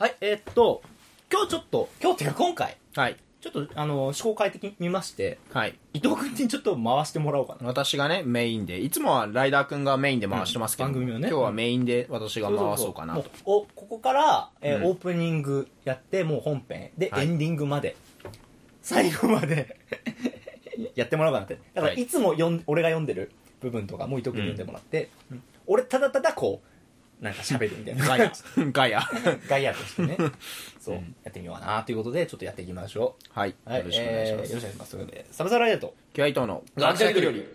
はい、今日っていうか今回、 はい。 ちょっと思考を変えてみまして、 はい。 伊藤君にちょっと回してもらおうかな。 私がね、メインで、いつもはライダーくんがメインで回してますけど、 番組をね。 今日はメインで私が回そうかなと。 ここから、オープニングやって、もう本編で、 はい、 エンディングまで、最後までやってもらおうかなって。だからいつも俺が読んでる部分とかも伊藤君に読んでもらって、俺ただただこう、なんか喋るみたいな。 ガヤ。 ガヤとしてね。そう、やってみようかなということで、ちょっとやっていきましょう。はい。よろしくお願いします。 よろしくお願いします。サブサライダーと、 キュアイトの学者気取り。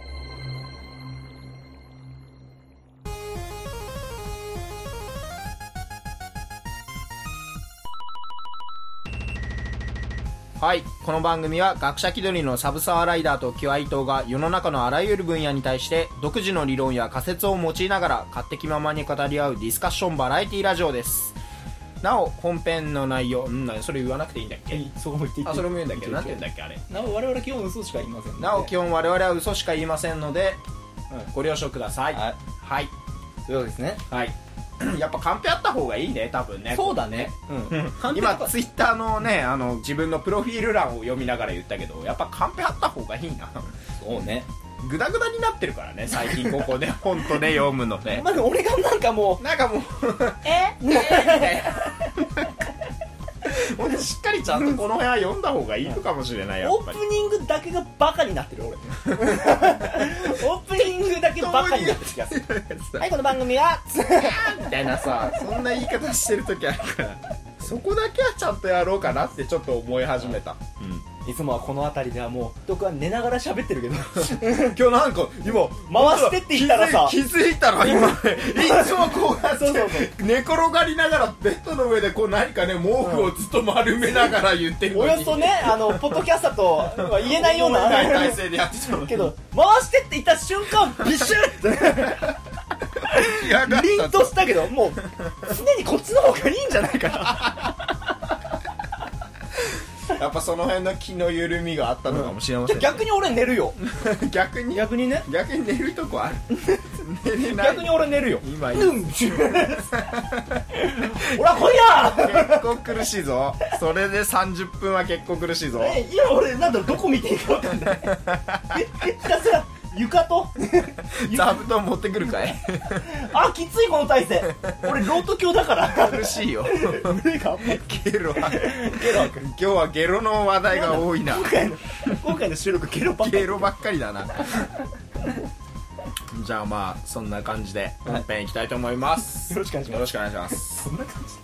はい。この番組は学者気取りのサブサワライダーとキュアイトが世の中のあらゆる分野に対して独自の理論や仮説を用いながら勝手気ままに語り合うディスカッションバラエティラジオです。なお、本編の内容、それ言わなくていいんだっけ？ そこも言っていい？ それも言うんだっけ？なんて言うんだっけあれ。 なお、我々基本嘘しか言いませんので。 なお、基本我々は嘘しか言いませんので、ご了承ください。はい。はい。 そうですね。 はい。やっぱカンペあった方がいいね、多分ね。 そうだね。 今ツイッターのね、自分のプロフィール欄を読みながら言ったけど、やっぱカンペあった方がいいな。 そうね。 グダグダになってるからね、最近ここね、本当ね、読むのね。 まず俺がなんかもうみたいな。俺しっかりちゃんとこの辺は読んだ方がいいのかもしれない、やっぱり。 オープニングだけがバカになってる、俺。オープニングだけバカになってる気がする。はい、この番組はみたいなさ、そんな言い方してる時あるから、そこだけはちゃんとやろうかなってちょっと思い始めた。 いつもはこの辺りではもう僕は寝ながら喋ってるけど今日なんか今回してって言ったらさ、 気づいたら今いつもこうやって寝転がりながらベッドの上でこう何かね毛布をずっと丸めながら言ってるのに、 およそねポッドキャスターとは言えないような体勢でやってたのけど、回してって言った瞬間ビシュッ凛としたけど、もう常にこっちの方がいいんじゃないかなやっぱその辺の気の緩みがあったのかもしれません、ね。 逆に俺寝るよ。 逆にね。逆に寝るとこある。寝れない。 逆に俺寝るよ。 今いい。 ほら来いや。 結構苦しいぞ。それで30分は結構苦しいぞ。 今俺なんだろう、どこ見ていいか分かんない。ひたすら床と座布団持ってくるかい。 あ、きついこの体勢。俺ロート卿だから苦しいよ。 胸がゲロ今日はゲロの話題が多いな。 今回の収録ゲロばっかりだな。じゃあまあそんな感じで本編いきたいと思います。 よろしくお願いします。 よろしくお願いします。 そんな感じ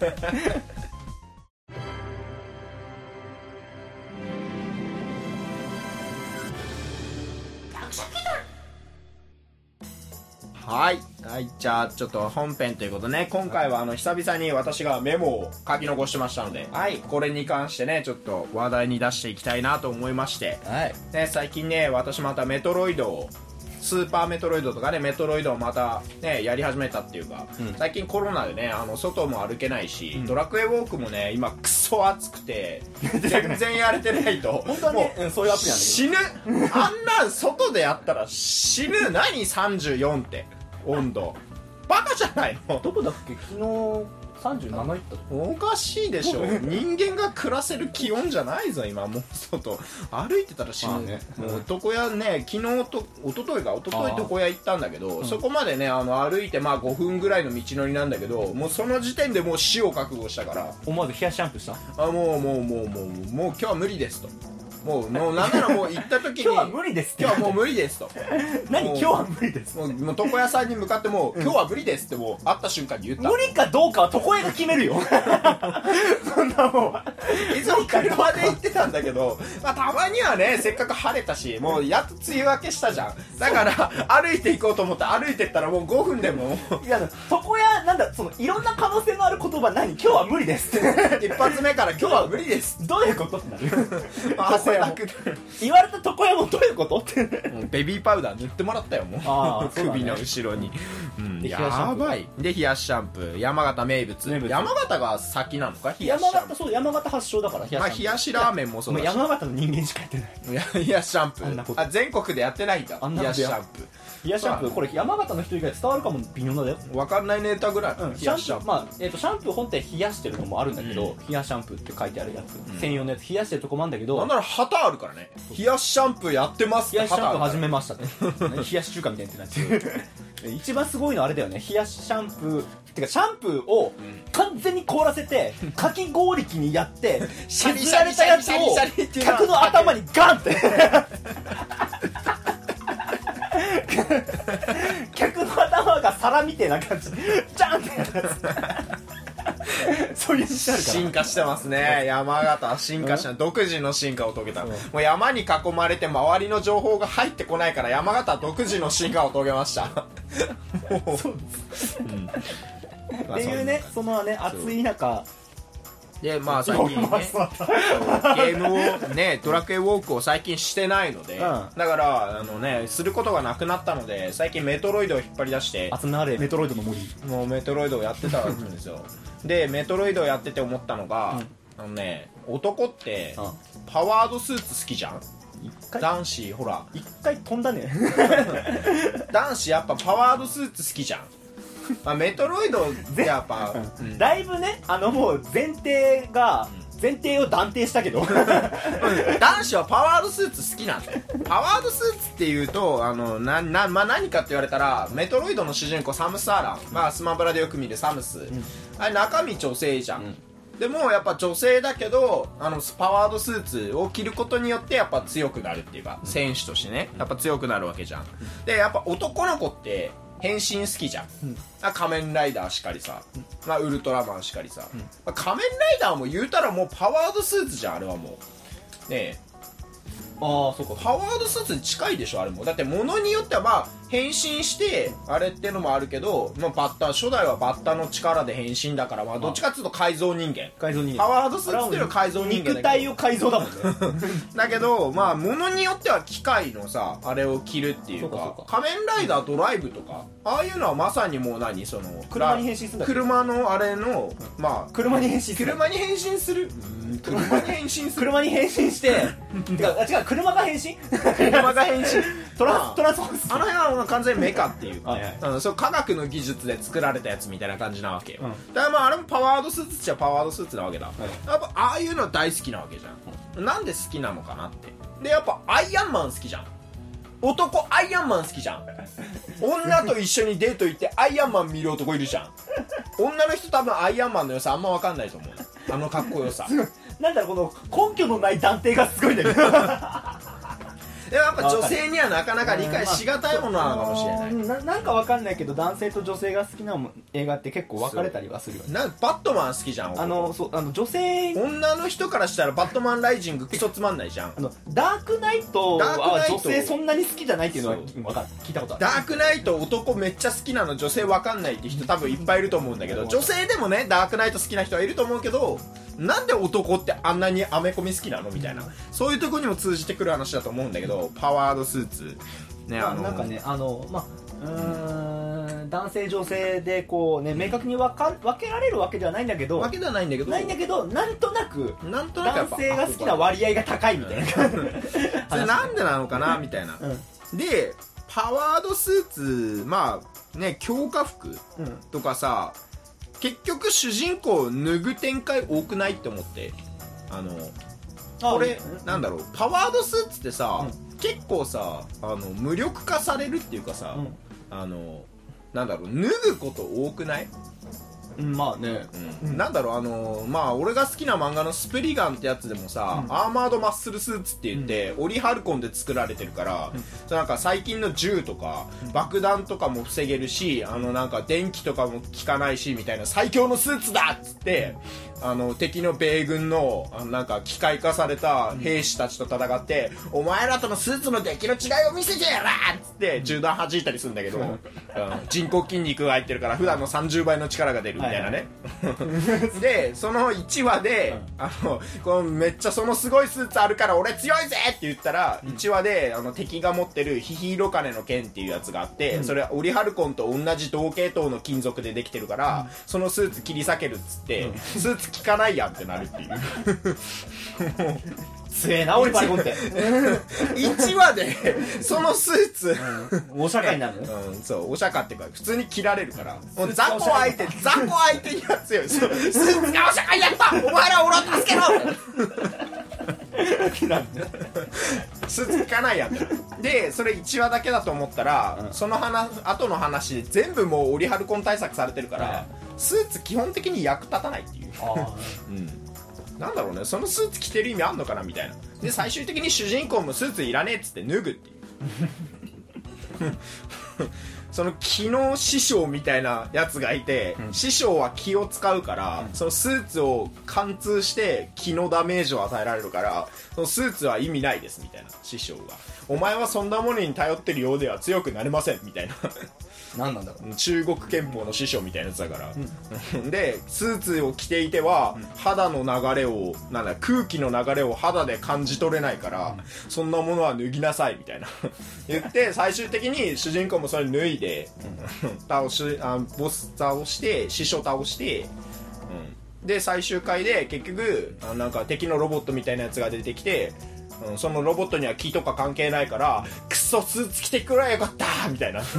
はい、じゃあちょっと本編ということでね、今回は久々に私がメモを書き残してましたので、これに関してねちょっと話題に出していきたいなと思いまして、ね、最近ね私またメトロイドをスーパーメトロイドとかねメトロイドをまたねやり始めたっていうか、最近コロナでね外も歩けないし、ドラクエウォークもね今クソ暑くて全然やれてないと本当はね、そういうアプリなんだけど死ぬあんなん外でやったら死ぬ。何34って温度バカじゃないの。 どこだっけ、昨日37いった。 おかしいでしょ。人間が暮らせる気温じゃないぞ今。もう外歩いてたら死ぬね。もう床屋ね、昨日と一昨日床屋行ったんだけど、そこまでね歩いてまあ5分ぐらいの道のりなんだけど、もうその時点でもう死を覚悟したから、 思わず冷やシャンプーした。 もう今日は無理ですと。もうなんならもう行った時に今日は無理ですって。 今日はもう無理ですと。 何今日は無理です。 もう床屋さんに向かってもう、今日は無理ですってもう会った瞬間に言った。 無理かどうかは床屋が決めるよ。そんなもんは。 いつも車で行ってたんだけど、まあ、たまにはねせっかく晴れたし、もうやっと梅雨明けしたじゃん。だから歩いて行こうと思って歩いてったらもう5分でもいや床屋なんだ、そのいろんな可能性のある言葉、何今日は無理ですって一発目から今日は無理ですどういうことってなる。 汗だく言われた床屋もどういうことってベビーパウダー塗ってもらったよもう。首の後ろに、やばい。で冷やしシャンプー、山形名物。山形が先なのか。 山形発祥だから冷やしラーメンもそうだし、 山形の人間しかやってない冷やしシャンプー。全国でやってないんだ。冷やしシャンプ冷やしシャンプー、これ山形の人以外伝わるかも微妙だよ。 分かんないネタぐらい、冷やしシャンプー、 まあシャンプー本体冷やしてるのもあるんだけど、冷やシャンプーって書いてあるやつ、専用のやつ冷やしてるとこもあるんだけど、 なんなら旗あるからね、冷やしシャンプーやってますって冷やしシャンプー始めまましたね冷やし中華みたいになってる一番すごいのはあれだよね、冷やしシャンプーてかシャンプーを完全に凍らせてかき氷機にやって削られたやつを客の頭にガンって客の頭が皿みたいな感じでジャンってやるやつそういう店あるから進化してますね。山形は進化した独自の進化を遂げた。もう山に囲まれて周りの情報が入ってこないから山形は独自の進化を遂げましたそうです、っていうね、そのね暑い中でまあ最近ねゲームをねドラクエウォークを最近してないので、だからすることがなくなったので最近メトロイドを引っ張り出して集まれメトロイドの森、 もうメトロイドをやってたんですよでメトロイドをやってて思ったのが、男ってパワードスーツ好きじゃん。男子ほら一回飛んだね男子やっぱパワードスーツ好きじゃんまあ、メトロイドってやっぱ、 だいぶねもう前提を断定したけど男子はパワードスーツ好きなんでパワードスーツっていうと何かって言われたらメトロイドの主人公サムス・アラン、まあ、スマブラでよく見るサムス、あれ中身女性じゃん、でもやっぱ女性だけどパワードスーツを着ることによってやっぱ強くなるっていうか、選手としてねやっぱ強くなるわけじゃん。でやっぱ男の子って変身好きじゃん、仮面ライダーしかりさ、まあ、ウルトラマンしかりさ、仮面ライダーも言うたらもうパワードスーツじゃんあれはもうねえ。 ああそうか、 パワードスーツに近いでしょあれも。だって物によってはまあ変身してあれってのもあるけど、まあ、初代はバッタの力で変身だから、まあ、どっちかっていうと改造人間パワードスーツっていうのは改造人間だけど肉体を改造だもんねだけどまあ物によっては機械のさあれを着るっていうか、仮面ライダードライブとかああいうのはまさにもうその車に変身するんだ、 車のあれのまあ車に変身する車に変身しててか違う車が変身トランスフォームあの辺は完全にメカっていうか、そう科学の技術で作られたやつみたいな感じなわけよ、だからまああれもパワードスーツっちゃパワードスーツなわけだ、やっぱああいうの大好きなわけじゃん、なんで好きなのかなって。でやっぱアイアンマン好きじゃん。男アイアンマン好きじゃん。女と一緒にデート行ってアイアンマン見る男いるじゃん。女の人多分アイアンマンの良さあんま分かんないと思う。あのかっこよさなんだろこの根拠のない断定がすごいんだけどでもやっぱ女性にはなかなか理解しがたいものなのかもしれない。 なんかわかんないけど男性と女性が好きな映画って結構分かれたりはするよね。 バットマン好きじゃん。 女性女の人からしたらバットマンライジングクソつまんないじゃん。 ダークナイトは女性そんなに好きじゃないっていうのは聞いたことある。 ダークナイト男めっちゃ好きなの女性わかんないって人多分いっぱいいると思うんだけど、女性でもねダークナイト好きな人はいると思うけど、なんで男ってあんなにアメコミ好きなのみたいな、そういうところにも通じてくる話だと思うんだけど、パワードスーツね、 なんかね男性女性でこうね明確に分けられるわけではないんだけどなんとなく男性が好きな割合が高いみたいなそれなんでなのかなみたいな、でパワードスーツまあね強化服とかさ、結局主人公を脱ぐ展開多くないって思って、これなんだろう、パワードスーツってさ、結構さ無力化されるっていうかさ、なんだろう、脱ぐこと多くない？ まあね、 なんだろう、まあ俺が好きな漫画のスプリガンってやつでもさ、アーマードマッスルスーツって言って、オリハルコンで作られてるから、なんか最近の銃とか、爆弾とかも防げるし、なんか電気とかも効かないしみたいな最強のスーツだっつって敵の米軍のなんか機械化された兵士たちと戦って、お前らとのスーツの出来の違いを見せてやらっつって銃弾弾いたりするんだけど、人工筋肉が入ってるから普段の30倍の力が出るみたいなね、でその1話で、このめっちゃそのすごいスーツあるから俺強いぜって言ったら、1話で敵が持ってるヒヒロカネの剣っていうやつがあって、それはオリハルコンと同じ同系統の金属でできてるから、そのスーツ切り裂けるっつって、スーツツ効かないやんってなるっていう強えなオリパレコンって 1話でそのスーツ、 お釈迦になるそうお釈迦っていうか普通に切られるからもう雑魚相手には強いスーツがお釈迦になったお前ら俺を助けろスーツ効かないやんってでそれ1話だけだと思ったら、その後の話で全部もうオリハルコン対策されてるから、スーツ基本的に役立たないっていうなんだろうね、そのスーツ着てる意味あんのかなみたいな。で最終的に主人公もスーツいらねえっつって脱ぐっていうその気の師匠みたいなやつがいて、師匠は気を使うから、そのスーツを貫通して気のダメージを与えられるから、そのスーツは意味ないですみたいな、師匠がお前はそんなものに頼ってるようでは強くなれませんみたいな何なんだろう、 中国憲法の師匠みたいなやつだから、でスーツを着ていては、肌の流れを空気の流れを肌で感じ取れないから、そんなものは脱ぎなさいみたいな言って最終的に主人公もそれ脱いで、ボス倒して師匠倒して、で最終回で結局なんか敵のロボットみたいなやつが出てきて、そのロボットには気とか関係ないからクソスーツ着てくればよかったみたいな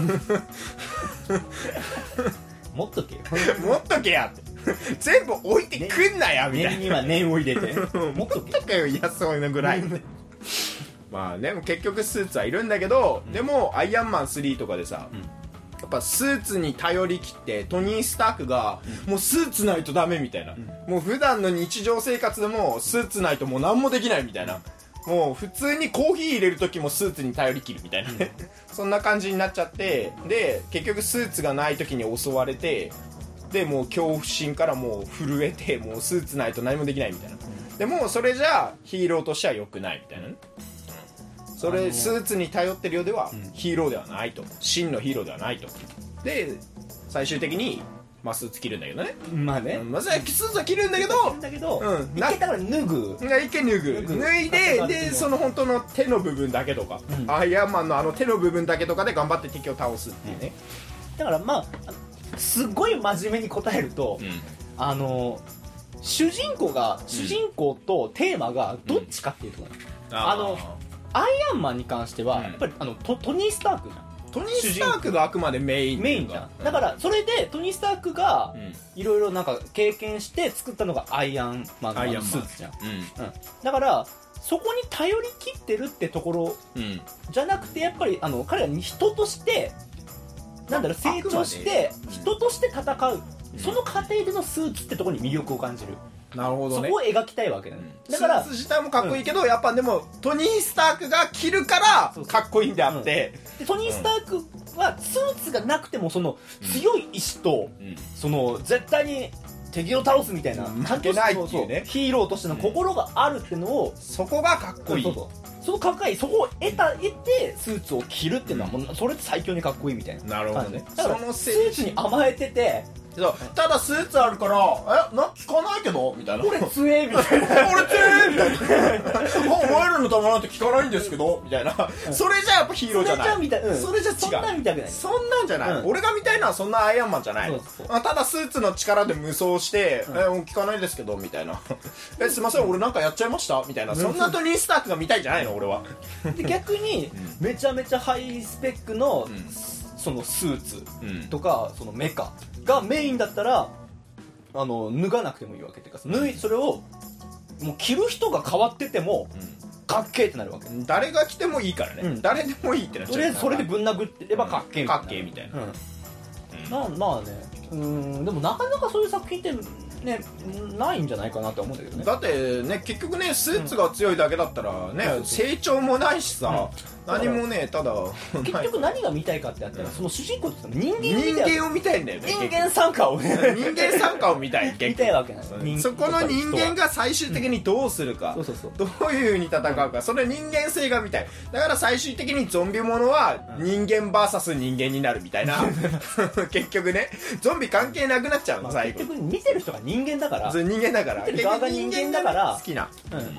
持っとけよ持っとけやって全部置いてくんなやみたいな、 念には念を入れて持っとけよ、いやそういうのぐらいまあでも結局スーツはいるんだけど、でもアイアンマン3とかでさ、やっぱスーツに頼りきってトニー・スタークがもうスーツないとダメみたいな、もう普段の日常生活でもスーツないともう何もできないみたいな、もう普通にコーヒー入れる時もスーツに頼りきるみたいなねそんな感じになっちゃって、で結局スーツがない時に襲われて、でもう恐怖心からもう震えて、もうスーツないと何もできないみたいな、でもそれじゃヒーローとしては良くないみたいなね、それスーツに頼ってるようではヒーローではないと、真のヒーローではないと。で最終的にスーツ着るんだけどね、 まあね、 まずはスーツは着るんだけど、 一回だから脱ぐ、 脱いで、でその本当の手の部分だけとか、アイアンマンのあの手の部分だけとかで頑張って敵を倒すっていうね、 だからすごい真面目に答えると、主人公とテーマがどっちかっていうところなの、アイアンマンに関してはやっぱりトニー・スタークじゃん、 トニー・スタークがあくまでメインじゃん。だからそれでトニー・スタークがいろいろなんか経験して作ったのがアイアンマンのスーツじゃん、だからそこに頼り切ってるってところじゃなくて、やっぱり彼らに人として成長して人として戦う、その過程でのスーツってところに魅力を感じる。 なるほどね、 そこを描きたいわけだね。だからスーツ自体もかっこいいけど、やっぱでもトニー・スタークが着るからかっこいいんであって、 でトニー・スタークはスーツがなくてもその強い意志と、その絶対に敵を倒すみたいな、 負けないっていうね、 ヒーローとしての心があるっていうのを、 そこがかっこいい、 そのかっこいい、そこを得てスーツを着るっていうのは、もうそれって最強にかっこいいみたいな。 なるほどね。 だからスーツに甘えてて、 ただスーツあるから聞かないけどみたいな、 俺強えみたいな俺強えみたいなお前らの球なんて聞かないんですけどみたいな、それじゃやっぱヒーローじゃない、それじゃ違う、 そんなん見たくない、 そんなんじゃない、俺が見たいのはそんなアイアンマンじゃない、ただスーツの力で無双して聞かないですけどみたいなすいません俺なんかやっちゃいましたみたいな、そんなトニー・スタークが見たいじゃないの俺は。 で逆にめちゃめちゃハイスペックのそのスーツとかそのメカがメインだったら脱がなくてもいいわけっていうか、それをもう着る人が変わっててもかっけーってなるわけ、 誰が着てもいいからね、誰でもいいってなっちゃう、 とりあえずそれでぶん殴ってればかっけーみたいな、 まあね、でもなかなかそういう作品ってねないんじゃないかなと思うんだけどね。 だってね結局ねスーツが強いだけだったらね、成長もないしさ、何もね、ただ結局何が見たいかってやったら、その主人公って人間を見たいんだよね、 人間参加を見たい見たいわけなんです。 そこの人間が最終的にどうするか、どういう風に戦うか、その人間性が見たい。だから最終的にゾンビものは人間 VS 人間になるみたいな結局ねゾンビ関係なくなっちゃうの、最後結局見てる人が人間だから、 人間だから見てる側が人間だから好きな、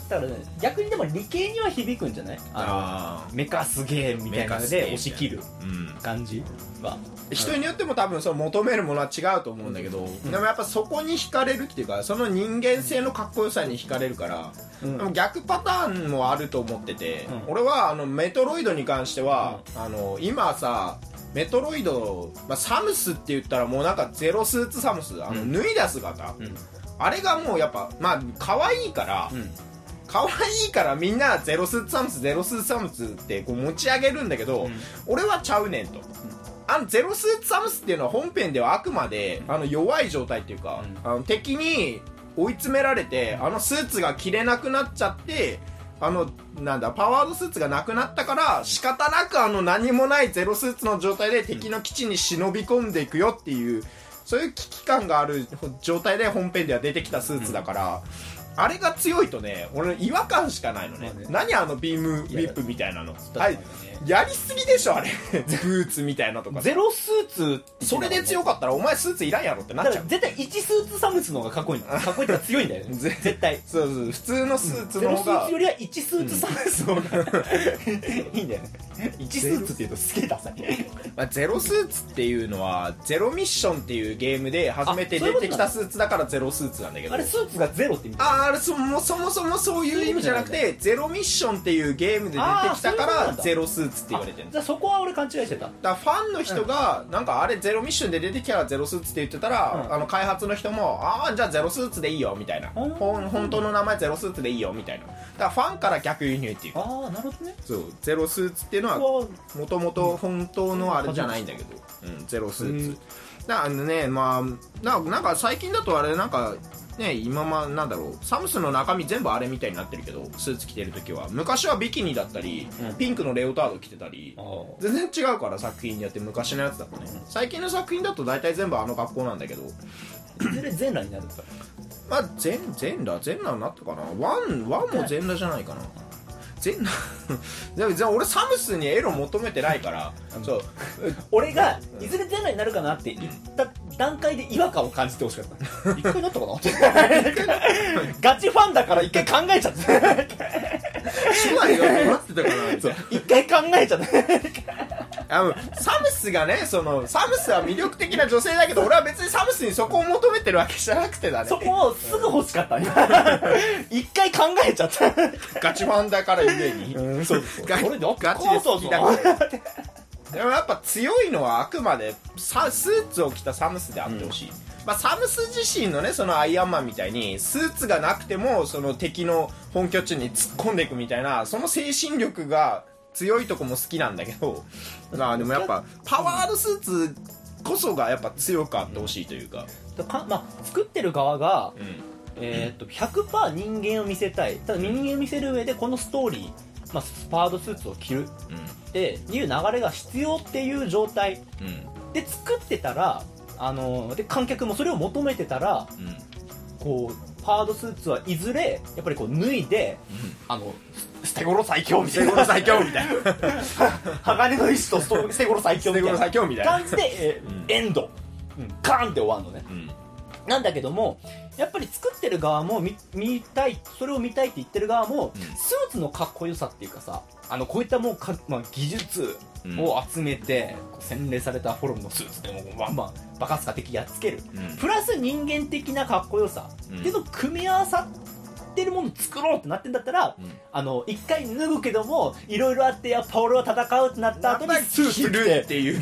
だからね、逆にでも理系には響くんじゃない？メカすげえみたいなので押し切る感じは、 人によっても多分その求めるものは違うと思うんだけど、でもやっぱそこに惹かれるっていうか、その人間性のかっこよさに惹かれるから、でも逆パターンもあると思ってて、俺はメトロイドに関しては、今さメトロイド、サムスって言ったらもうなんかゼロスーツサムス、脱いだ姿、あれがもうやっぱ可愛いから、可愛いからみんなゼロスーツサムスゼロスーツサムスってこう持ち上げるんだけど、俺はちゃうねんと。ゼロスーツサムスっていうのは本編ではあくまで弱い状態っていうか、敵に追い詰められてスーツが着れなくなっちゃって、なんだパワードスーツがなくなったから仕方なく何もないゼロスーツの状態で敵の基地に忍び込んでいくよっていう、そういう危機感がある状態で本編では出てきたスーツだから、あれが強いとね、俺違和感しかないのね。何ビームウィップみたいなの、はい、やりすぎでしょあれブーツみたいなとか。 ゼロスーツそれで強かったらお前スーツいらんやろってなっちゃう。 絶対1スーツサムスの方がかっこいいってか強いんだよね絶対。 そう普通のスーツの方が、 ゼロスーツよりは1スーツサムスの方がいいんだよね。1スーツっていうとすげえダサいゼロスーツっていうのはゼロミッションっていうゲームで初めて出てきたスーツだからゼロスーツなんだけど、 あれスーツがゼロって意味？ あれそもそもそういう意味じゃなくて、ゼロミッションっていうゲームで出てきたからゼロスーツって言われてる。 じゃあそこは俺勘違いしてた。 だからファンの人がなんかあれゼロミッションで出てきたらゼロスーツって言ってたら、開発の人もじゃあゼロスーツでいいよみたいな、本当の名前ゼロスーツでいいよみたいな。だからファンから逆輸入っていうか。 なるほどね。 そうゼロスーツっていうのはもともと本当のあれじゃないんだけど、ゼロスーツだからね。なんか最近だとあれなんかね、今なんだろう、サムスの中身全部あれみたいになってるけど、スーツ着てるときは昔はビキニだったり、ピンクのレオタード着てたり、全然違うから作品によって。昔のやつだとね、最近の作品だと大体全部格好なんだけど、 いずれ全裸になるから。 全裸になったかな。ワンも全裸じゃないかな。でも俺サムスにエロ求めてないからそう俺がいずれ全裸になるかなって言った段階で違和感を感じてほしかった一回なったかなってガチファンだから一回考えちゃった初代がどうなってたかな。 一回考えちゃったサムスがね、サムスは魅力的な女性だけど、俺は別にサムスにそこを求めてるわけじゃなくてだね。 そこをすぐ欲しかった一回考えちゃったガチファンだからゆえにそうガチで好きだからでもやっぱ強いのはあくまでスーツを着たサムスであってほしい。サムス自身のね、そのアイアンマンみたいにスーツがなくてもその敵の本拠地に突っ込んでいくみたいな、その精神力が強いとこも好きなんだけど、でもやっぱパワードスーツこそがやっぱ強くあってほしいというか、 作ってる側が、100% 人間を見せたい。ただ人間を見せる上でこのストーリー、パワードスーツを着るっていう流れが必要っていう状態で作ってたら、で観客もそれを求めてたら、こうパワードスーツはいずれやっぱりこう脱いで、捨て頃最強みたいな鋼の石と捨て頃最強みたいな感じで、エンド、カーンって終わるのね、なんだけどもやっぱり作ってる側も見たい、それを見たいって言ってる側も、スーツのかっこよさっていうかさ、こういったもう技術を集めて、洗練されたフォルムのスーツでもバンバンバカスカ敵やっつける、プラス人間的なかっこよさっていうのを組み合わさってるものを作ろうってなってんだったら、一回脱ぐけどもいろいろあって、やっぱ俺は戦うってなった後にスーツ着てっていう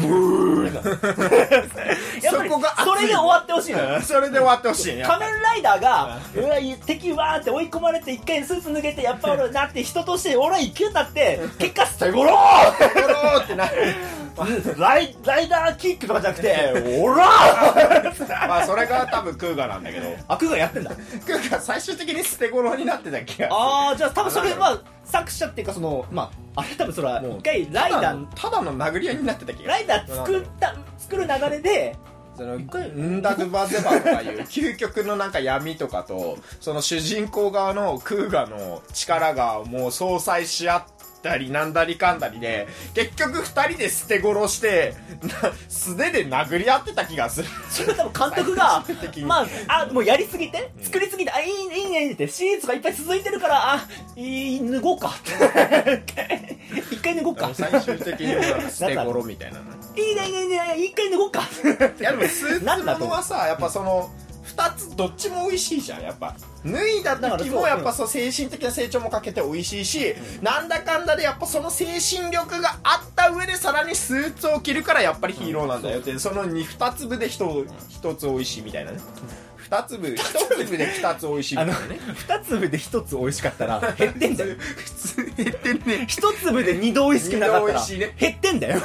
やっぱりそれで終わってほしいのよ。 それで終わってほしいね。 仮面ライダーが敵わーって追い込まれて一回スーツ脱げて、やっぱ俺なって人として俺は生きるんだって、結果捨て頃ってなるライダーキックとかじゃなくてオラーそれが多分クーガなんだけど、 クーガやってんだ。 クーガ最終的に捨て頃になってた気がする。 じゃあ多分それは作者っていうかあれ多分それは一回ライダーただの殴り合いになってた気が。 ライダー作る流れでンダグバゼバとかいう究極のなんか闇とかと、その主人公側のクーガの力がもう相殺し合ったりなんだりかんだりで結局2人で捨て殺して素手で殴り合ってた気がする。 それ多分監督がまあもうやりすぎて作りすぎて、いいねってシリーズがいっぱい続いてるから脱ごうかって一回脱ごうか、 最終的に捨て殺みたいなのいいね一回脱ごうかいやでもスーツものはさやっぱその2つどっちも美味しいじゃん。やっぱ脱いだ時もやっぱそう精神的な成長もかけて美味しいし、なんだかんだでやっぱその精神力があった上でさらにスーツを着るからやっぱりヒーローなんだよって、その2粒で1つ美味しいみたいなね。1粒で2つ美味しいみたいなね。 2粒で1つ美味しかったら減ってんだよ。 普通減ってんね。 1粒で2度美味しくなかったら減ってんだよ。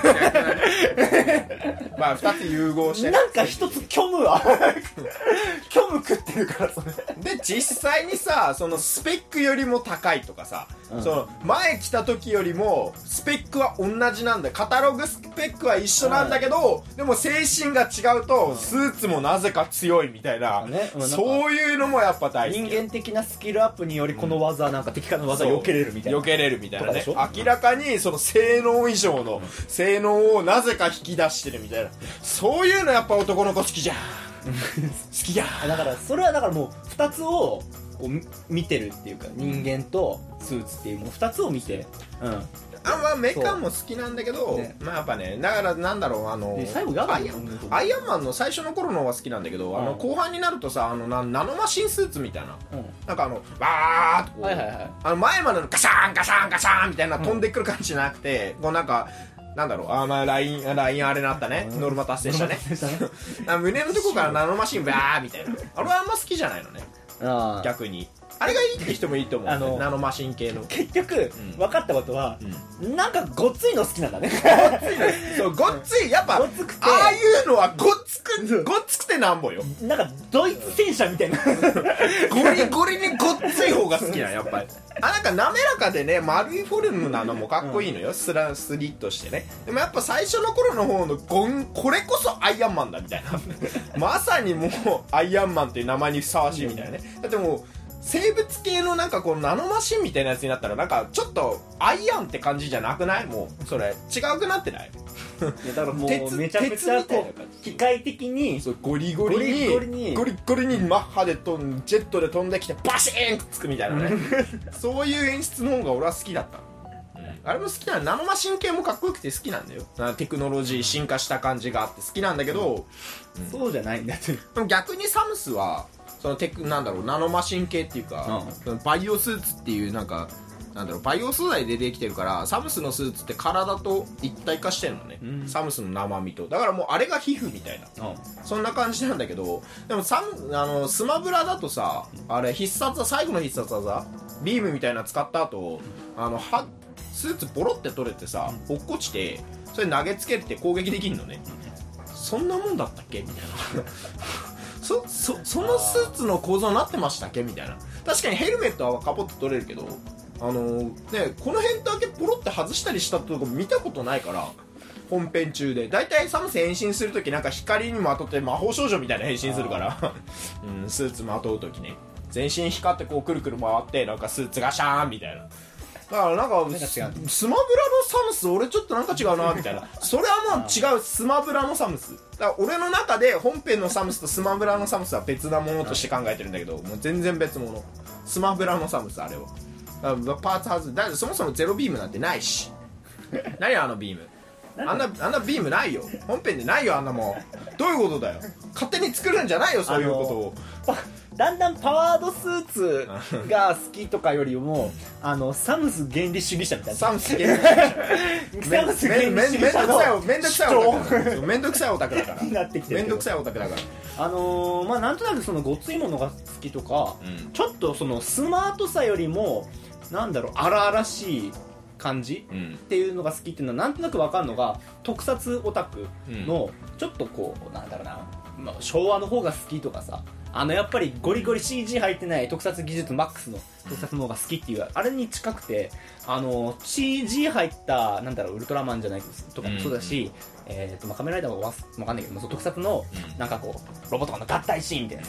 まあ2つ融合してなんか1つ虚無は虚無食ってるからそれで実際にさそのスペックよりも高いとかさ、その前来た時よりもスペックは同じなんだ、カタログスペックは一緒なんだけど、でも精神が違うとスーツもなぜか強いみたいな、そういうのもやっぱ大好き。 人間的なスキルアップによりこの技なんか敵からの技避けれるみたいな、 避けれるみたいなね。明らかにその性能以上の性能をなぜか引き出してるみたいな、そういうのやっぱ男の子好きじゃん好きじゃん。 だからそれはだからもう2つをこう見てるっていうか、人間とスーツっていうもう2つを見て、 まあメカも好きなんだけど、ね、まあやっぱね、だからなんだろう最後やばいよアイアンマンの最初の頃の方が好きなんだけど、後半になるとさナノマシンスーツみたいな、なんかわーっとこう、前までのガシャーンガシャーンガシャーンみたいな飛んでくる感じじゃなくて、こうなんかなんだろう、まあラインあれなったね、ノルマ達成したね胸のとこからナノマシンバーみたいな、あれはあんま好きじゃないのね逆に。あれがいいって人もいいと思う、ナノマシン系の。 結局、分かったことは、なんかごっついの好きなんだねそうごっつい、やっぱああいうのはごっつくてなんぼよ。 なんかドイツ戦車みたいなゴリゴリにごっつい方が好きなやっぱりなんか滑らかでね丸いフォルムなのもかっこいいのよ、スリッとしてね。でもやっぱ最初の頃の方のこれこそアイアンマンだみたいなまさにもうアイアンマンっていう名前にふさわしいみたいなね。だってもう生物系のなんかこのナノマシンみたいなやつになったらなんかちょっとアイアンって感じじゃなくない？もうそれ違くなってない？ だからもうめちゃくちゃこう機械的にゴリゴリにマッハでジェットで飛んできてバシーンくっつくみたいなねそういう演出の方が俺は好きだった。あれも好きなの。ナノマシン系もかっこよくて好きなんだよ。テクノロジー進化した感じがあって好きなんだけど、 そうじゃないんだって。 でも逆にサムスはそのなんだろう、ナノマシン系っていうか、バイオスーツっていうなんかなんだろう、バイオ素材でできてるから、サムスのスーツって体と一体化してるのね、サムスの生身と。だからもうあれが皮膚みたいな、そんな感じなんだけど、でもスマブラだとさ、あれ最後の必殺技ビームみたいな使った後スーツボロって取れてさ、落っこちてそれ投げつけて攻撃できるのね。そんなもんだったっけみたいなそのスーツの構造になってましたっけみたいな。確かにヘルメットはカポッと取れるけど、ね、この辺だけポロって外したりしたとこ見たことないから、本編中でだいたいサムス変身するときなんか光にまとって魔法少女みたいな変身するからスーツまとうときね、全身光ってこうくるくる回ってなんかスーツガシャーンみたいな。だからなんかスマブラのサムス俺ちょっとなんか違うなみたいなそれはもう違う、スマブラのサムスだから俺の中で本編のサムスとスマブラのサムスは別なものとして考えてるんだけど、もう全然別物。スマブラのサムスあれはパーツ外だってそもそもゼロビームなんてないし何あのビーム、あんなビームないよ、本編でないよあんなもん。どういうことだよ、勝手に作るんじゃないよそういうことを。 だんだんパワードスーツが好きとかよりもサムス原理主義者みたいな、 サムス原理主義者めんどくさいオタクだからなってきてるけど、 めんどくさいオタクだからまあなんとなくそのごっついものが好きとか、ちょっとそのスマートさよりもなんだろう荒々しい感じ、っていうのが好きっていうのはなんとなく分かるのが特撮オタクのちょっとこうなんだろうな、まあ、昭和の方が好きとかさ、やっぱりゴリゴリ CG 入ってない特撮技術マックスの特撮の方が好きっていうあれに近くて、CG 入ったなんだろうウルトラマンじゃないとかもそうだし、まあ、仮面ライダーは分かんないけど特撮のなんかこうロボットとかの合体シーンみたいなさ、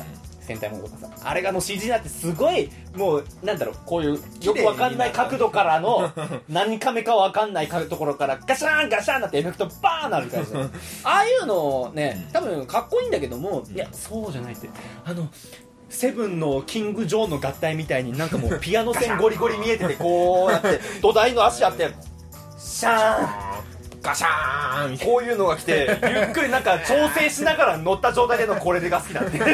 戦隊ものとかさ、あれがもう CG になってすごいもうなんだろう、こういうよくわかんない角度からの何カメかわかんないところからガシャーンガシャーンなってエフェクトバーンなる感じでああいうのね多分かっこいいんだけども、いやそうじゃないって、セブンのキング・ジョーの合体みたいになんかもうピアノ線ゴリゴリ見えててこうやって土台の足あってシャーンガシャーンこういうのが来てゆっくりなんか調整しながら乗った状態でのこれが好きだって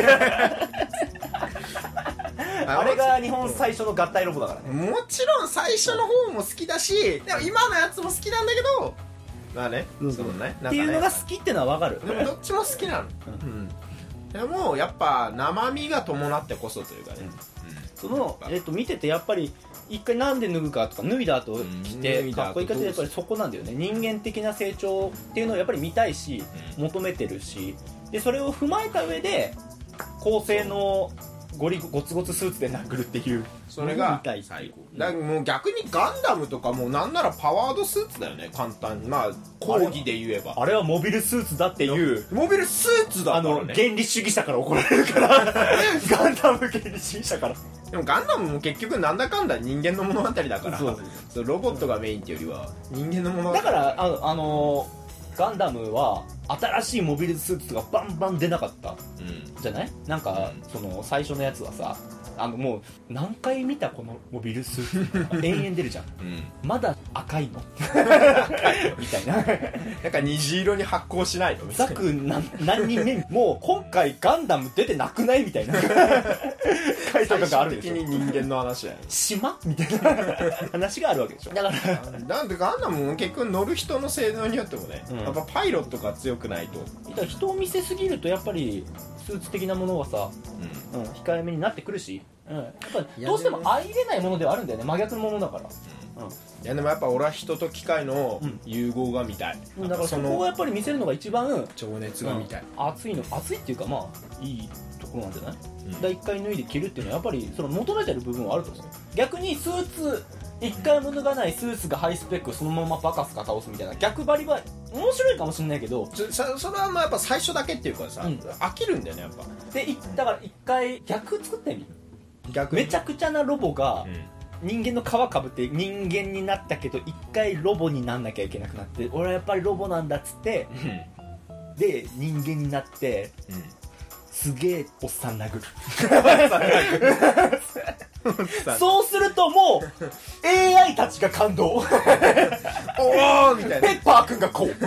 あれが日本最初の合体ロボだからね。 もちろん最初の方も好きだし、でも今のやつも好きなんだけど、まあね、そうね、 っていうのが好きってのはわかる。 でもどっちも好きなの。でもやっぱ生身が伴ってこそというかね、 その見ててやっぱり一回なんで脱ぐかとか脱いだ後着てかっこいいかってやっぱりそこなんだよね。人間的な成長っていうのをやっぱり見たいし求めてるし、でそれを踏まえた上で高性能ゴツゴツスーツで殴るっていうそれが最高だからもう逆にガンダムとかもなんならパワードスーツだよね、簡単に。まあ講義で言えばあれはモビルスーツだっていうモビルスーツだからね。 原理主義者から怒られるからガンダム原理主義者から。 でもガンダムも結局なんだかんだ人間の物語だから、そうロボットがメインっていうよりは人間の物語だからガンダムは新しいモビルスーツがバンバン出なかった、じゃない？なんか、その最初のやつはさもう何回見たこのモビルスーツ延々出るじゃん、まだ赤いのみたいななんか虹色に発光しないのザク何人目もう今回ガンダム出てなくないみたいな回とかがあるでしょ。 最終的に人間の話だよね。 島みたいな話があるわけでしょ。だからなんでガンダムも結局乗る人の性能によってもね、やっぱパイロットが強くないと。 だから人を見せすぎるとやっぱりスーツ的なものはさ、控えめになってくるし、やっぱどうしても相入れないものではあるんだよね。真逆のものだから。 いやでもやっぱ俺は人と機械の融合が見たい、 だからそこをやっぱり見せるのが一番情熱が見たい、 熱いっていうかまあいいところなんじゃない、だ一回脱いで着るっていうのはやっぱりその求めてる部分はあると思う。逆にスーツ一回も脱がないスーツがハイスペックそのままバカスカ倒すみたいな逆張りは面白いかもしれないけど、 それはまあやっぱ最初だけっていうかさ、飽きるんだよねやっぱ。 でだから一回逆作ってみる。逆めちゃくちゃなロボが、人間の皮かぶって人間になったけど一回ロボになんなきゃいけなくなって、俺はやっぱりロボなんだっつって、で人間になって、すげえおっさん殴るそうするともう AI たちが感動おーみたいな。 ペッパーくんがこう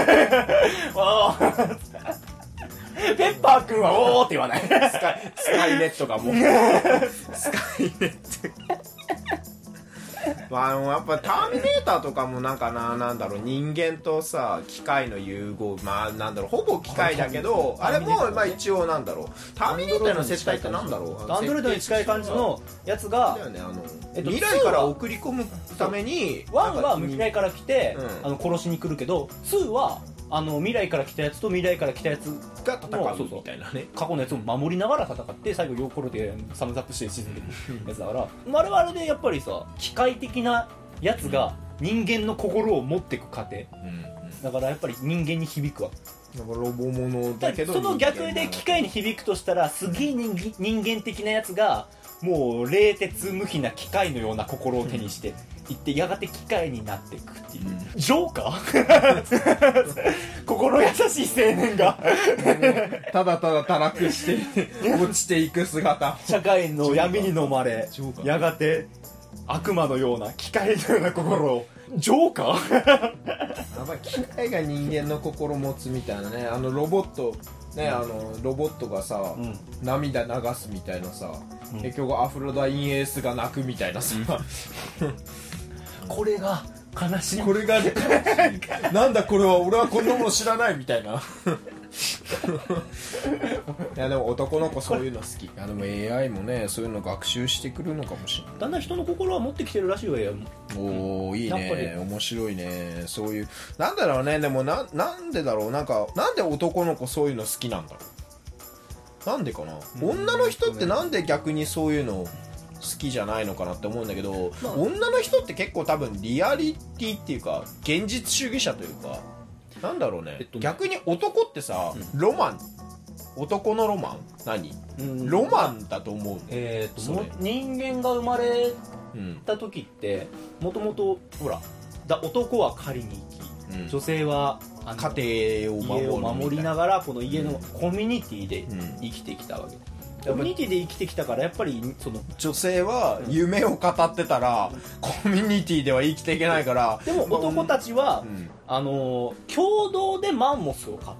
ペッパーくんはおーって言わない。 スカイネットがもうスカイネットまあやっぱターミネーターとかもなんかなんだろう、人間とさ機械の融合、まあなんだろう、ほぼ機械だけどあれもまあ一応なんだろう、ターミネーターの設定ってなんだろう、 アンドロイドに近い感じのやつが、 未来から送り込むために 1は未来から来て、殺しに来るけど2は未来から来たやつと未来から来たやつが戦うみたいなね、 過去のやつを守りながら戦って最後ヨーコロでサムズアップして沈んでいくやつだから、我々でやっぱりさ機械的なやつが人間の心を持っていく過程、だからやっぱり人間に響くわ。 なんかロボものだけどその逆で機械に響くとしたらすげえ人間的なやつがもう冷徹無比な機械のような心を手にしていってやがて機械になっていくっていう、ジョーカー心優しい青年がただただ堕落して落ちていく姿、 社会の闇に飲まれやがて悪魔のような機械のような心をジョーカーやっぱ機械が人間の心を持つみたいなね、ロボットね、ロボットがさ、涙流すみたいなさ、結局アフロダインエースが泣くみたいなさ、 これが悲しい、 これがねなんだこれは、俺はこんなもの知らないみたいないやでも男の子そういうの好き。いやでも AI もねそういうの学習してくるのかもしれない。 だんだん人の心は持ってきてるらしいわよ。 おーいいね、面白いね。そういうなんだろうね、でもなんでだろう、なんで男の子そういうの好きなんだろう、なんでかな、女の人ってなんで逆にそういうの好きじゃないのかなって思うんだけど、女の人って結構多分リアリティっていうか現実主義者というか、なんだろうね、逆に男ってさ、ロマン男のロマン何、ロマンだと思う。 人間が生まれた時ってもともとほら男は狩りに行き、女性は家庭を守りながらこの家のコミュニティで生きてきたわけ、コミュニティで生きてきたからやっぱりその女性は夢を語ってたら、コミュニティでは生きていけないから。 でも男たちは、共同でマンモスを飼って、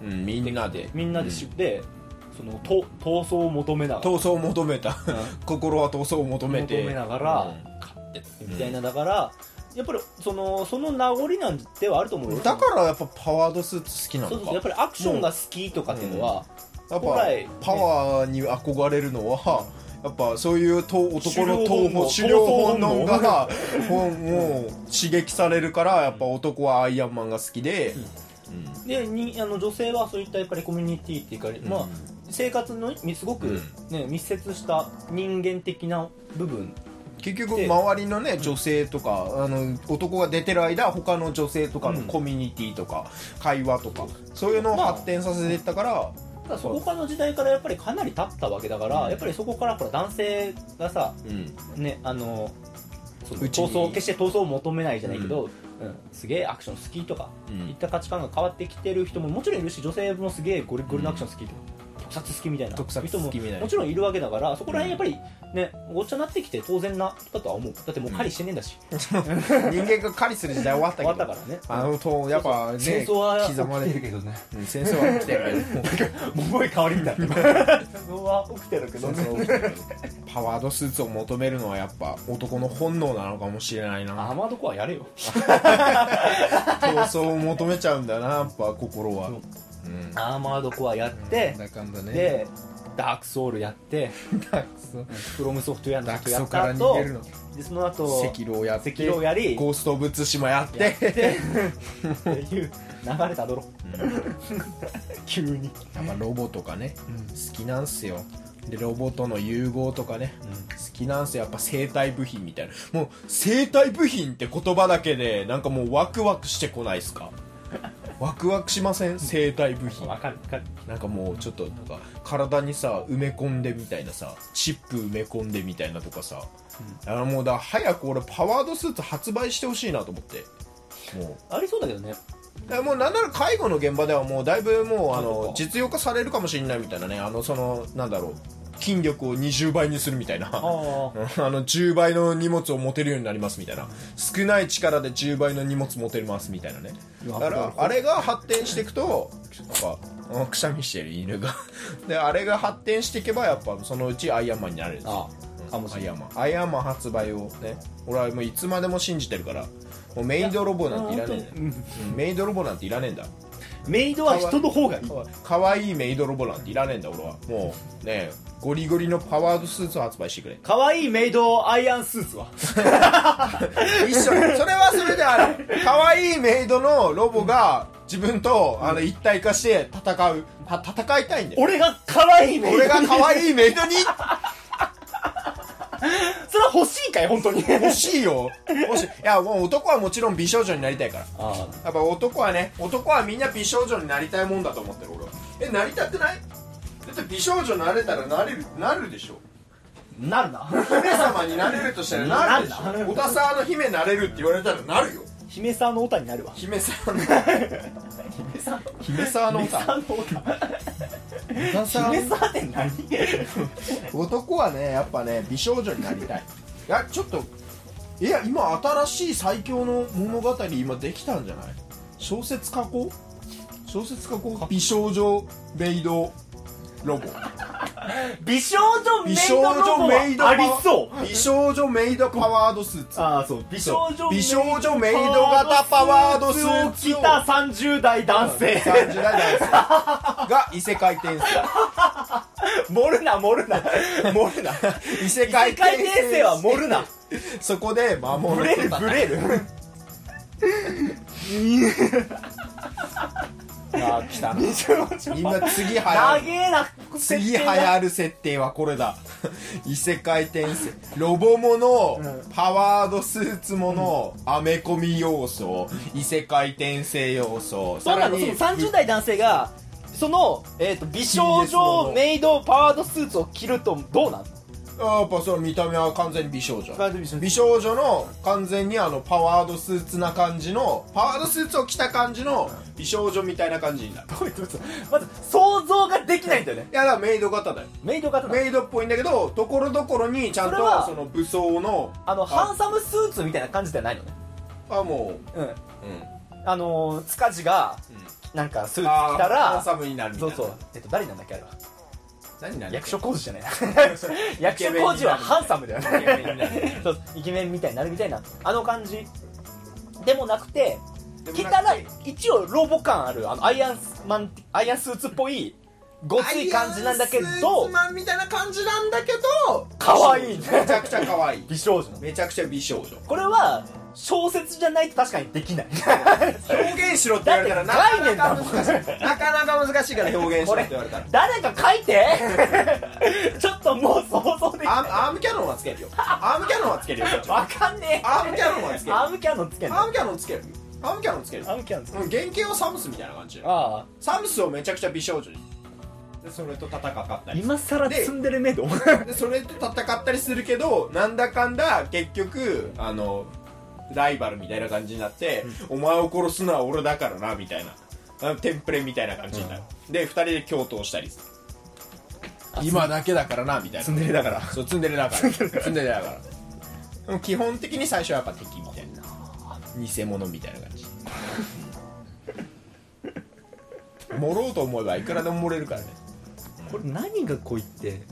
みんなででその闘争を求めながら心は闘争を求めながら飼ってみたいな、だからやっぱりその名残なんではあると思うよ。 だからやっぱパワードスーツ好きなのか。 そうやっぱりアクションが好きとかっていうのは、 やっぱパワーに憧れるのは、やっぱそういう男の狩猟本能がもう刺激されるから、やっぱ男はアイアンマンが好きで、 で女性はそういったやっぱりコミュニティっていうか、生活のすごく、密接した人間的な部分、 結局周りのね女性とか男が出てる間、他の女性とかのコミュニティとか、会話とかそういうのを発展させていったから、 そこからの時代からやっぱりかなり経ったわけだから、やっぱりそこからほら男性がさ、ね決して闘争を求めないじゃないけど、すげえアクション好きとか、いった価値観が変わってきてる人ももちろんいるし、女性もすげえゴリゴリのアクション好きとか、特撮好きみたいな人ももちろんいるわけだから、そこら辺やっぱりねごっちゃになってきて当然なだとは思う。だってもう狩りしてねえんだし、 人間が狩りする時代終わったけど、 からね。 やっぱね戦争は刻まれ起きてるけどね、 戦争は起きてるけど重い香りみたいな戦争は起きてるけどパワードスーツを求めるのはやっぱ男の本能なのかもしれないな。 アーマードコアやれよ闘争を求めちゃうんだな、やっぱ心は。 アーマードコアやって、でダークソウルやってフロムソフトウェアの人やった後で、その後赤狼やってやり、 ゴースト・オブ・ツシマやってっていう流れたどろ急にやっぱロボとかね、好きなんすよ。でロボとの融合とかね、好きなんすよ。やっぱ生体部品みたいな、もう生体部品って言葉だけでなんかもうワクワクしてこないっすか？ワクワクしません？生体部品。 わかる。 なんかもうちょっとなんか体にさ埋め込んでみたいなさ、チップ埋め込んでみたいなとかさ、もうだから早く俺パワードスーツ発売してほしいなと思って。もうありそうだけどね。 もうなんなら介護の現場ではもうだいぶもう実用化されるかもしれないみたいなね。なんだろう、筋力を20倍にするみたいな10倍の荷物を持てるようになりますみたいな、少ない力で10倍の荷物持てますみたいなね。だからあれが発展していくと、なんかくしゃみしてる犬がであれが発展していけばやっぱそのうちアイアンマンになれるんですよ。アイアンマン発売をね、俺はもういつまでも信じてるから、もうメイドロボなんていらねえんだ。メイドロボなんていらねえんだ。 メイドは人の方がいい。 かわいいメイドロボなんていらねえんだ俺は。もうね、ゴリゴリのパワードスーツを発売してくれ。 かわいいメイドアイアンスーツは一緒。それはそれであれ、かわいいメイドのロボが自分と一体化して戦いたいんだよ。 俺がかわいいメイドに。 俺がかわいいメイドにそれは欲しいかい本当に。 欲しいよ。いやもう男はもちろん美少女になりたいから。やっぱ男はみんな美少女になりたいもんだと思ってる俺は。なりたくない？だって美少女になれたらなるでしょ。 なるな。 姫様になれるとしたらなるでしょ。小田沢の姫なれるって言われたらなるよ。 姫沢のオタになるわ。 姫沢のオタ。 姫沢って何？ 男はねやっぱね美少女になりたい。いやちょっと今新しい最強の物語今できたんじゃない？小説書こう。美少女メイドロボ。 美少女メイドロボはありそう。 美少女メイドパワードスーツ。 そう。美少女メイド型パワードスーツを着た30代男性が異世界転生。 盛るな異世界転生は盛るな。 そこで守る。 ブレる来たな。今次流行る設定はこれだ。異世界転生、ロボもの、パワードスーツもの、アメコミ要素、異世界転生要素、 さらに30代男性がその、美少女メイドパワードスーツを着るとどうなの？ やっぱその見た目は完全に美少女。美少女の完全にパワードスーツな感じの、パワードスーツを着た感じの美少女みたいな感じになる。 どういうこと？まず想像ができないんだよね。 いやだからメイド型だよ。 メイド型メイドっぽいんだけど、ところどころにちゃんとその武装のハンサムスーツみたいな感じじゃないのね。 もう塚地がなんかスーツ着たらハンサムになるみたいな。 そう誰なんだっけあれは。役所広司じゃないな。役所広司はハンサムだよね。そうイケメンみたいになるみたいな感じでもなくて、着たら一応ロボ感あるアイアンスーツっぽいごつい感じなんだけど、 アイアンスーツマンみたいな感じなんだけど可愛い。めちゃくちゃ可愛い美少女。 めちゃくちゃ美少女。 これは小説じゃないと確かにできない。 表現しろって言われたら概念だもん。 なかなか難しいから表現しろって言われたら。 誰か書いて。ちょっともう想像できない。 アームキャノンはつけるよ。アームキャノンはつけるよ。 わかんねえ。 アームキャノンはつける。 アームキャノンつける。 アームキャノンつける。アームキャノンつける。 アームキャノンつける。 原型はサムスみたいな感じ。サムスをめちゃくちゃ美少女に。でそれと戦ったり。 今さらツンデレメイド。 でそれと戦ったりするけど、なんだかんだ結局ライバルみたいな感じになって、お前を殺すのは俺だからなみたいなテンプレみたいな感じになる、で2人で共闘したりする。今だけだからなみたいな。 ツンデレだから。 そうツンデレだからツンデレだから。でも基本的に最初はやっぱ敵みたいな、偽物みたいな感じ。盛ろうと思えばいくらでも盛れるからね。 これ何がこう言って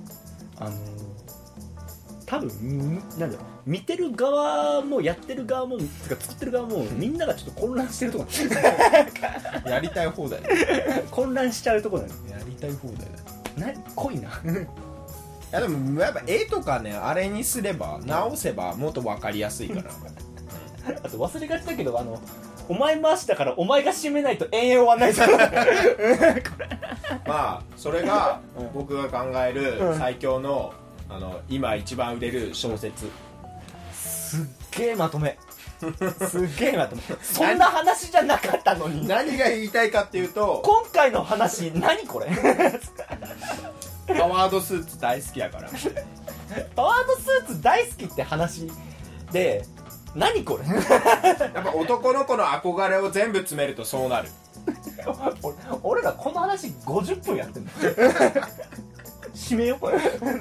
多分なんだろう、見てる側もやってる側も作ってる側もみんながちょっと混乱してるところ。 やりたい放題だ混乱しちゃうところだよ。 やりたい放題だ。 濃いな。 いやでもやっぱ絵とかね、あれにすれば直せばもっと分かりやすいからあと忘れがちだけどお前回しだからお前が締めないと延々終わんないじゃん。 まあそれが僕が考える最強の今一番売れる小説。 すっげえまとめ。すっげえまとめ。そんな話じゃなかったのに。 何が言いたいかっていうと、 今回の話何これ。 パワードスーツ大好きやから。 パワードスーツ大好きって話で何これ。 やっぱ男の子の憧れを全部詰めるとそうなる。 俺らこの話50分やってんの。締めよこれ。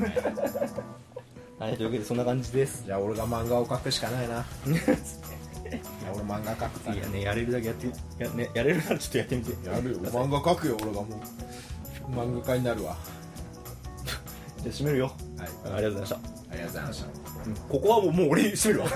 はい、というわけでそんな感じです。 じゃあ俺が漫画を描くしかないな。いや俺漫画描くから。 いやね、やれるだけやってやれるならちょっとやってみて。 やるよ、漫画描くよ俺がもう漫画家になるわ。 じゃあ締めるよ。はい、ありがとうございました。 ありがとうございました。 ここはもう俺締めるわ。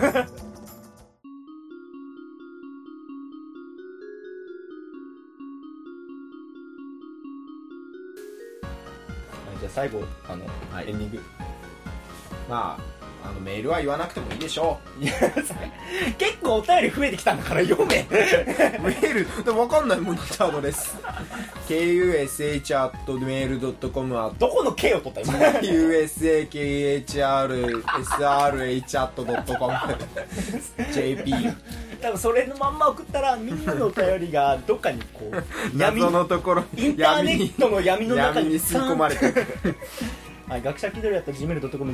じゃあ最後エンディング。 まあメールは言わなくてもいいでしょう。 いや結構お便り増えてきたんだから読め。 メールでも分かんないもんだったアドレス。kush@mail.com どこの K を取った今。 kusakhsrh@.com jp。 多分それのまんま送ったらみんなのお便りがどっかにこう謎のところインターネットの闇の中に吸い込まれてる。 はい、学者気取りやったら gmail.com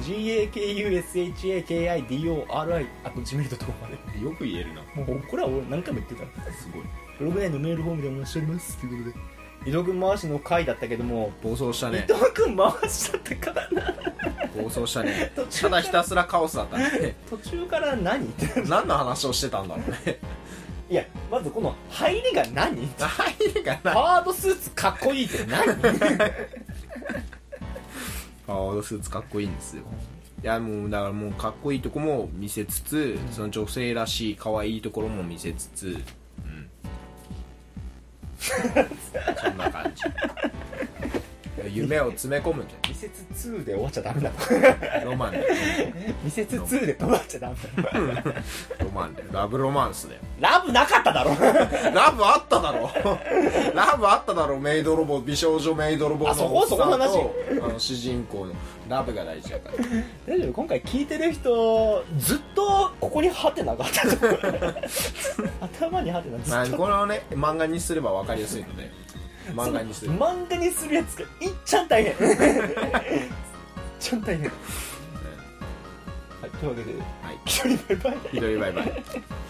gakushakidori@gmail.com まで。 よく言えるな。 もうこれは俺何回も言ってた。 すごい。 ブログ内のメールフォームでお待ちしておりますということで、伊藤君回しの回だったけども暴走したね。 伊藤君回しちゃったからな。 暴走したね。ただひたすらカオスだったね。 途中から何何の話をしてたんだろうね。 いや、まずこの入りが何。 入りが何。 パワードスーツかっこいいって何。 パワードスーツかっこいいんですよ。いやもうだからもうかっこいいとこも見せつつ、その女性らしい可愛いところも見せつつ、そんな感じ。夢を詰め込むんじゃん。 ミセツ2で終わっちゃダメだ。 ロマンで。 ミセツ2で終わっちゃダメだ。 ロマンで。ラブロマンスだよ。 ラブなかっただろ。 ラブあっただろ。ラブあっただろ。メイドロボ、美少女メイドロボのそこの話。 主人公のラブが大事だから。 大丈夫。今回聞いてる人ずっとここにハテナがあった。頭にハテナずっと。 これをね漫画にすれば分かりやすいので。 漫画にする漫画にするやつがいっちゃん大変いっちゃん大変、はい、というわけで、 はい、 一人バイバイ一人バイバイ